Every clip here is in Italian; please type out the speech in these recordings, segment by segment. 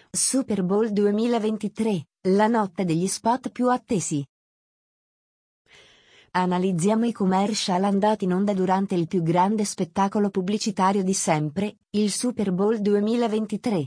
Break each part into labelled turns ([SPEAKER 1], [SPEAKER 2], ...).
[SPEAKER 1] Super Bowl 2023, la notte degli spot più attesi. Analizziamo i commercial andati in onda durante il più grande spettacolo pubblicitario di sempre, il Super Bowl 2023.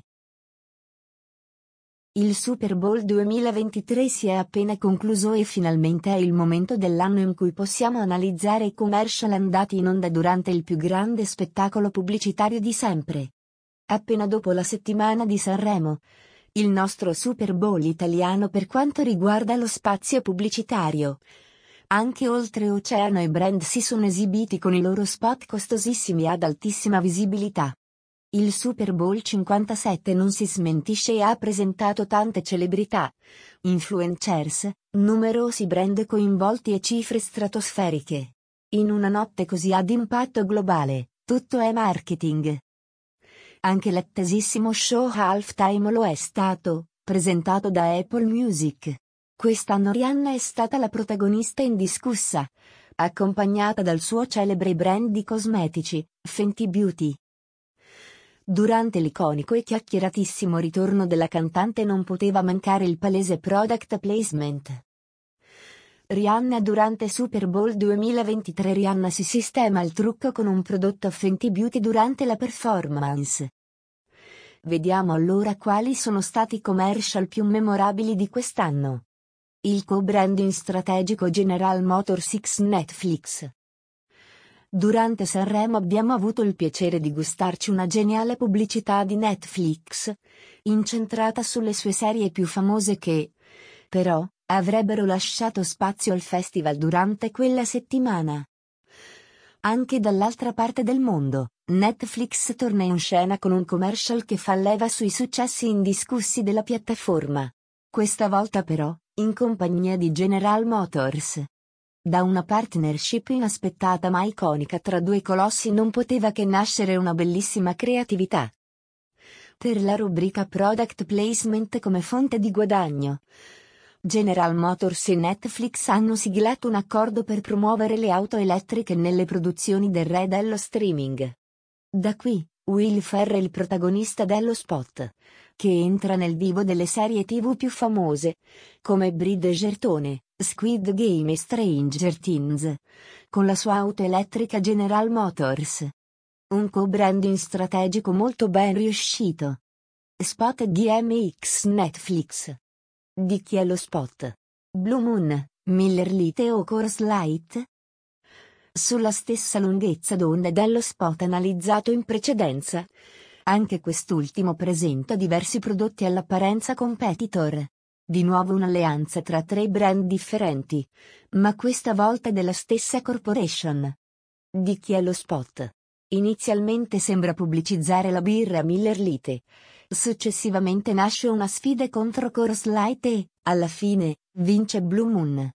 [SPEAKER 1] Il Super Bowl 2023 si è appena concluso e finalmente è il momento dell'anno in cui possiamo analizzare i commercial andati in onda durante il più grande spettacolo pubblicitario di sempre. Appena dopo la settimana di Sanremo, il nostro Super Bowl italiano per quanto riguarda lo spazio pubblicitario. Anche oltreoceano i brand si sono esibiti con i loro spot costosissimi ad altissima visibilità. Il Super Bowl 57 non si smentisce e ha presentato tante celebrità, influencers, numerosi brand coinvolti e cifre stratosferiche. In una notte così ad impatto globale, tutto è marketing. Anche l'attesissimo show Halftime lo è stato, presentato da Apple Music. Quest'anno Rihanna è stata la protagonista indiscussa, accompagnata dal suo celebre brand di cosmetici, Fenty Beauty. Durante l'iconico e chiacchieratissimo ritorno della cantante non poteva mancare il palese product placement. Rihanna durante Super Bowl 2023 Rihanna si sistema il trucco con un prodotto Fenty Beauty durante la performance. Vediamo allora quali sono stati i commercial più memorabili di quest'anno. Il co-branding strategico General Motors x Netflix. Durante Sanremo abbiamo avuto il piacere di gustarci una geniale pubblicità di Netflix, incentrata sulle sue serie più famose che, però, avrebbero lasciato spazio al festival durante quella settimana. Anche dall'altra parte del mondo, Netflix torna in scena con un commercial che fa leva sui successi indiscussi della piattaforma. Questa volta però, in compagnia di General Motors. Da una partnership inaspettata ma iconica tra due colossi non poteva che nascere una bellissima creatività. Per la rubrica Product Placement come fonte di guadagno, General Motors e Netflix hanno siglato un accordo per promuovere le auto elettriche nelle produzioni del re dello streaming. Da qui, Will Ferrell protagonista dello spot, che entra nel vivo delle serie TV più famose, come Bridgerton, Squid Game e Stranger Things, con la sua auto elettrica General Motors. Un co-branding strategico molto ben riuscito. Spot DMX Netflix. Di chi è lo spot? Blue Moon, Miller Lite o Coors Light? Sulla stessa lunghezza d'onda dello spot analizzato in precedenza. Anche quest'ultimo presenta diversi prodotti all'apparenza competitor. Di nuovo un'alleanza tra tre brand differenti, ma questa volta della stessa corporation. Di chi è lo spot? Inizialmente sembra pubblicizzare la birra Miller Lite. Successivamente nasce una sfida contro Coors Light e, alla fine, vince Blue Moon.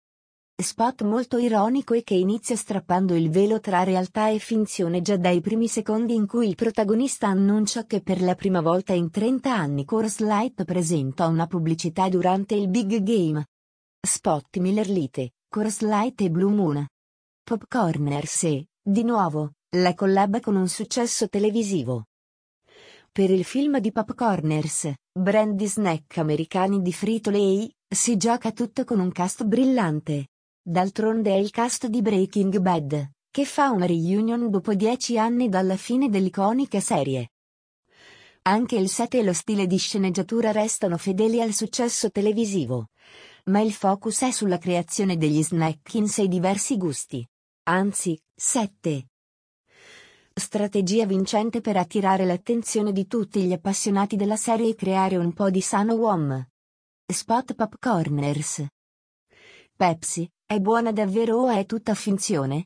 [SPEAKER 1] Spot molto ironico e che inizia strappando il velo tra realtà e finzione già dai primi secondi in cui il protagonista annuncia che per la prima volta in 30 anni Coors Light presenta una pubblicità durante il Big Game. Spot Miller Lite, Coors Light e Blue Moon. Popcorners e, di nuovo, la collab con un successo televisivo. Per il film di Popcorners, brand di snack americani di Frito-Lay, si gioca tutto con un cast brillante. D'altronde è il cast di Breaking Bad, che fa una reunion dopo 10 anni dalla fine dell'iconica serie. Anche il set e lo stile di sceneggiatura restano fedeli al successo televisivo. Ma il focus è sulla creazione degli snack in 6 diversi gusti. Anzi, 7. Strategia vincente per attirare l'attenzione di tutti gli appassionati della serie e creare un po' di sano uomo. Spot Popcorners. Pepsi, è buona davvero o è tutta finzione?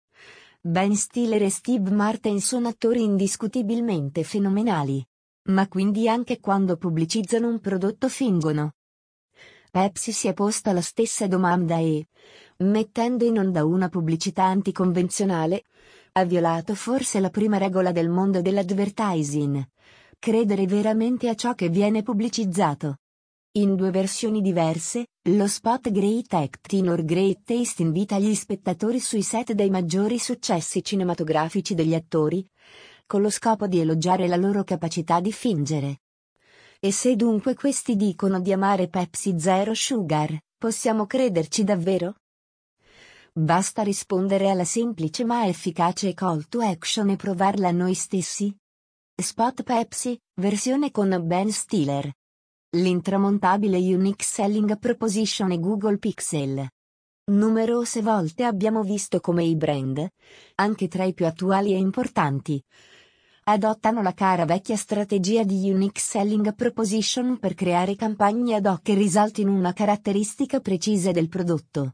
[SPEAKER 1] Ben Stiller e Steve Martin sono attori indiscutibilmente fenomenali. Ma quindi anche quando pubblicizzano un prodotto fingono? Pepsi si è posta la stessa domanda e, mettendo in onda una pubblicità anticonvenzionale, ha violato forse la prima regola del mondo dell'advertising: credere veramente a ciò che viene pubblicizzato. In 2 versioni diverse, lo spot Great Acting or Great Taste invita gli spettatori sui set dei maggiori successi cinematografici degli attori, con lo scopo di elogiare la loro capacità di fingere. E se dunque questi dicono di amare Pepsi Zero Sugar, possiamo crederci davvero? Basta rispondere alla semplice ma efficace call to action e provarla noi stessi? Spot Pepsi, versione con Ben Stiller. L'intramontabile Unique Selling Proposition e Google Pixel. Numerose volte abbiamo visto come i brand, anche tra i più attuali e importanti, adottano la cara vecchia strategia di Unique Selling Proposition per creare campagne ad hoc che risaltino una caratteristica precisa del prodotto.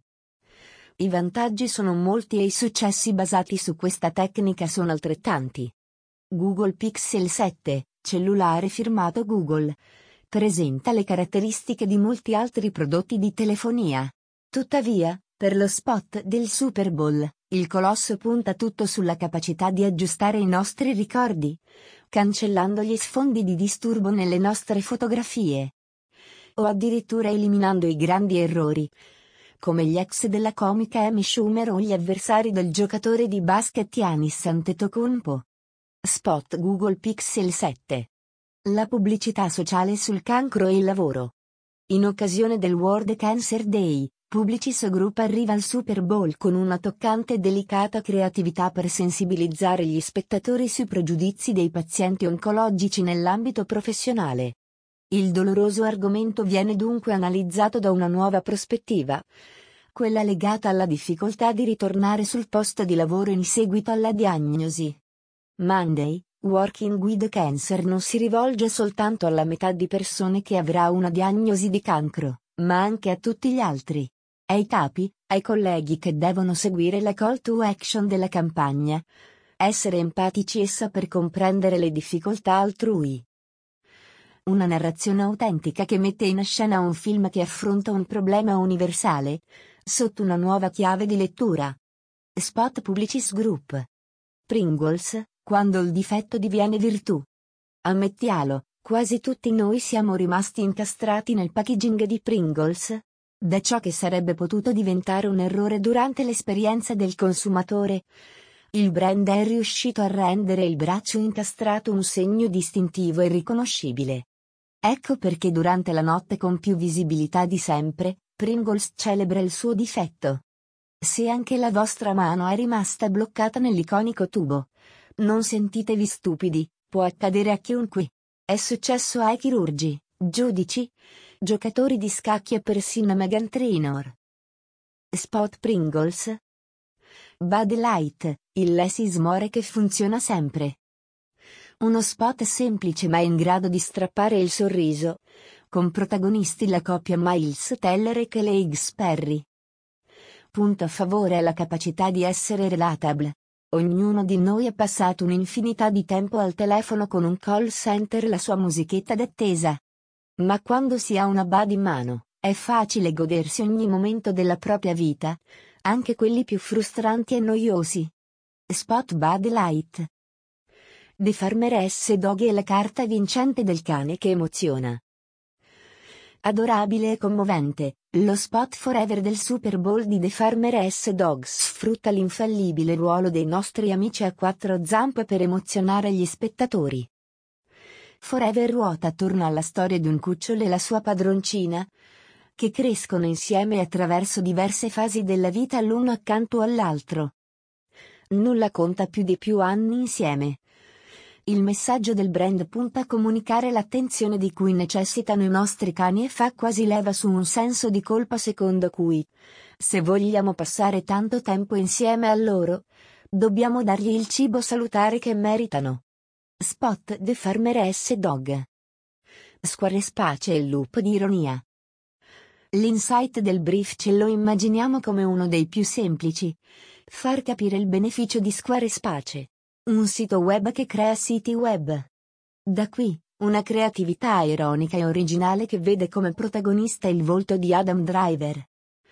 [SPEAKER 1] I vantaggi sono molti e i successi basati su questa tecnica sono altrettanti. Google Pixel 7, cellulare firmato Google, presenta le caratteristiche di molti altri prodotti di telefonia. Tuttavia, per lo spot del Super Bowl, il colosso punta tutto sulla capacità di aggiustare i nostri ricordi, cancellando gli sfondi di disturbo nelle nostre fotografie. O addirittura eliminando i grandi errori, come gli ex della comica Amy Schumer o gli avversari del giocatore di basket Giannis Antetokounmpo. Spot Google Pixel 7. La pubblicità sociale sul cancro e il lavoro. In occasione del World Cancer Day, Publicis Group arriva al Super Bowl con una toccante e delicata creatività per sensibilizzare gli spettatori sui pregiudizi dei pazienti oncologici nell'ambito professionale. Il doloroso argomento viene dunque analizzato da una nuova prospettiva, quella legata alla difficoltà di ritornare sul posto di lavoro in seguito alla diagnosi. Monday, Working with Cancer non si rivolge soltanto alla metà di persone che avrà una diagnosi di cancro, ma anche a tutti gli altri. Ai capi, ai colleghi che devono seguire la call to action della campagna. Essere empatici e saper comprendere le difficoltà altrui. Una narrazione autentica che mette in scena un film che affronta un problema universale, sotto una nuova chiave di lettura. Spot Publicis Group. Pringles, quando il difetto diviene virtù. Ammettialo, quasi tutti noi siamo rimasti incastrati nel packaging di Pringles, da ciò che sarebbe potuto diventare un errore durante l'esperienza del consumatore. Il brand è riuscito a rendere il braccio incastrato un segno distintivo e riconoscibile. Ecco perché durante la notte con più visibilità di sempre, Pringles celebra il suo difetto. Se anche la vostra mano è rimasta bloccata nell'iconico tubo, non sentitevi stupidi, può accadere a chiunque. È successo ai chirurgi, giudici, giocatori di scacchi e persino Meghan Trainor. Spot Pringles. Bud Light, il less is more che funziona sempre. Uno spot semplice ma in grado di strappare il sorriso, con protagonisti la coppia Miles Teller e Kelly Perry. Punto a favore è la capacità di essere relatable. Ognuno di noi ha passato un'infinità di tempo al telefono con un call center e la sua musichetta d'attesa. Ma quando si ha una Bud in mano, è facile godersi ogni momento della propria vita, anche quelli più frustranti e noiosi. Spot Bud Light. The Farmer Dog è la carta vincente del cane che emoziona. Adorabile e commovente, lo spot Forever del Super Bowl di The Farmer Dogs sfrutta l'infallibile ruolo dei nostri amici a quattro zampe per emozionare gli spettatori. Forever ruota attorno alla storia di un cucciolo e la sua padroncina, che crescono insieme attraverso diverse fasi della vita l'uno accanto all'altro. Nulla conta più di più anni insieme. Il messaggio del brand punta a comunicare l'attenzione di cui necessitano i nostri cani e fa quasi leva su un senso di colpa secondo cui, se vogliamo passare tanto tempo insieme a loro, dobbiamo dargli il cibo salutare che meritano. Spot The Farmer Dog. Squarespace e il loop di ironia. L'insight del brief ce lo immaginiamo come uno dei più semplici. Far capire il beneficio di Squarespace. Un sito web che crea siti web. Da qui, una creatività ironica e originale che vede come protagonista il volto di Adam Driver.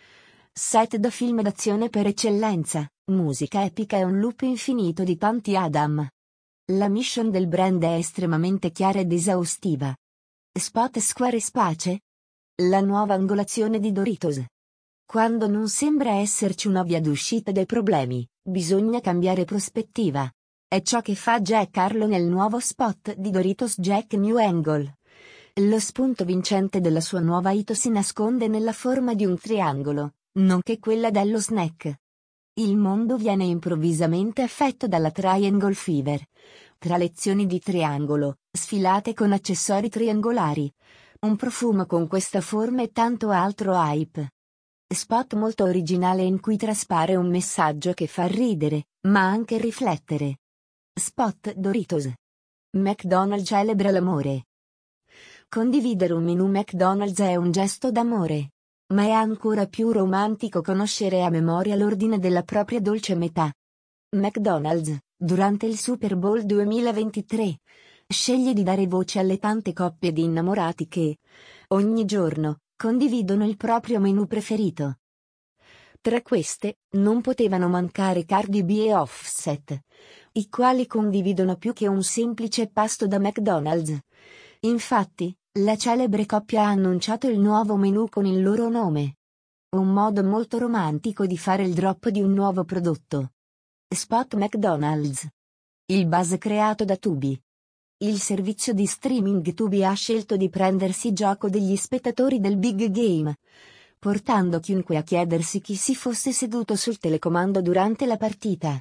[SPEAKER 1] Set da film d'azione per eccellenza, musica epica e un loop infinito di tanti Adam. La mission del brand è estremamente chiara ed esaustiva. Spot Squarespace? La nuova angolazione di Doritos. Quando non sembra esserci una via d'uscita dai problemi, bisogna cambiare prospettiva. È ciò che fa Jack Harlow nel nuovo spot di Doritos Jack New Angle. Lo spunto vincente della sua nuova hit si nasconde nella forma di un triangolo, nonché quella dello snack. Il mondo viene improvvisamente affetto dalla Triangle Fever. Tra lezioni di triangolo, sfilate con accessori triangolari, un profumo con questa forma e tanto altro hype. Spot molto originale in cui traspare un messaggio che fa ridere, ma anche riflettere. Spot Doritos. McDonald's celebra l'amore. Condividere un menù McDonald's è un gesto d'amore. Ma è ancora più romantico conoscere a memoria l'ordine della propria dolce metà. McDonald's, durante il Super Bowl 2023, sceglie di dare voce alle tante coppie di innamorati che, ogni giorno, condividono il proprio menù preferito. Tra queste, non potevano mancare Cardi B e Offset, i quali condividono più che un semplice pasto da McDonald's. Infatti, la celebre coppia ha annunciato il nuovo menù con il loro nome. Un modo molto romantico di fare il drop di un nuovo prodotto. Spot McDonald's. Il buzz creato da Tubi. Il servizio di streaming Tubi ha scelto di prendersi gioco degli spettatori del big game, portando chiunque a chiedersi chi si fosse seduto sul telecomando durante la partita.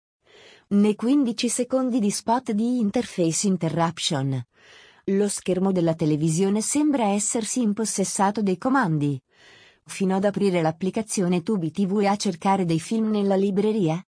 [SPEAKER 1] Nei 15 secondi di spot di Interface Interruption, lo schermo della televisione sembra essersi impossessato dei comandi, fino ad aprire l'applicazione Tubi TV e a cercare dei film nella libreria.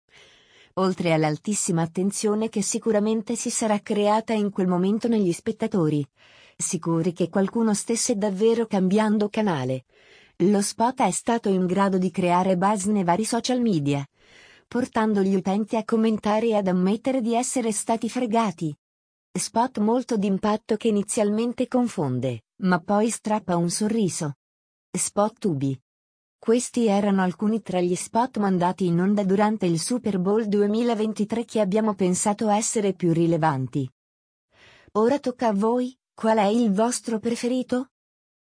[SPEAKER 1] Oltre all'altissima attenzione che sicuramente si sarà creata in quel momento negli spettatori, sicuri che qualcuno stesse davvero cambiando canale, lo spot è stato in grado di creare buzz nei vari social media, portando gli utenti a commentare e ad ammettere di essere stati fregati. Spot molto d'impatto che inizialmente confonde, ma poi strappa un sorriso. Spot Tubi. Questi erano alcuni tra gli spot mandati in onda durante il Super Bowl 2023 che abbiamo pensato essere più rilevanti. Ora tocca a voi, qual è il vostro preferito?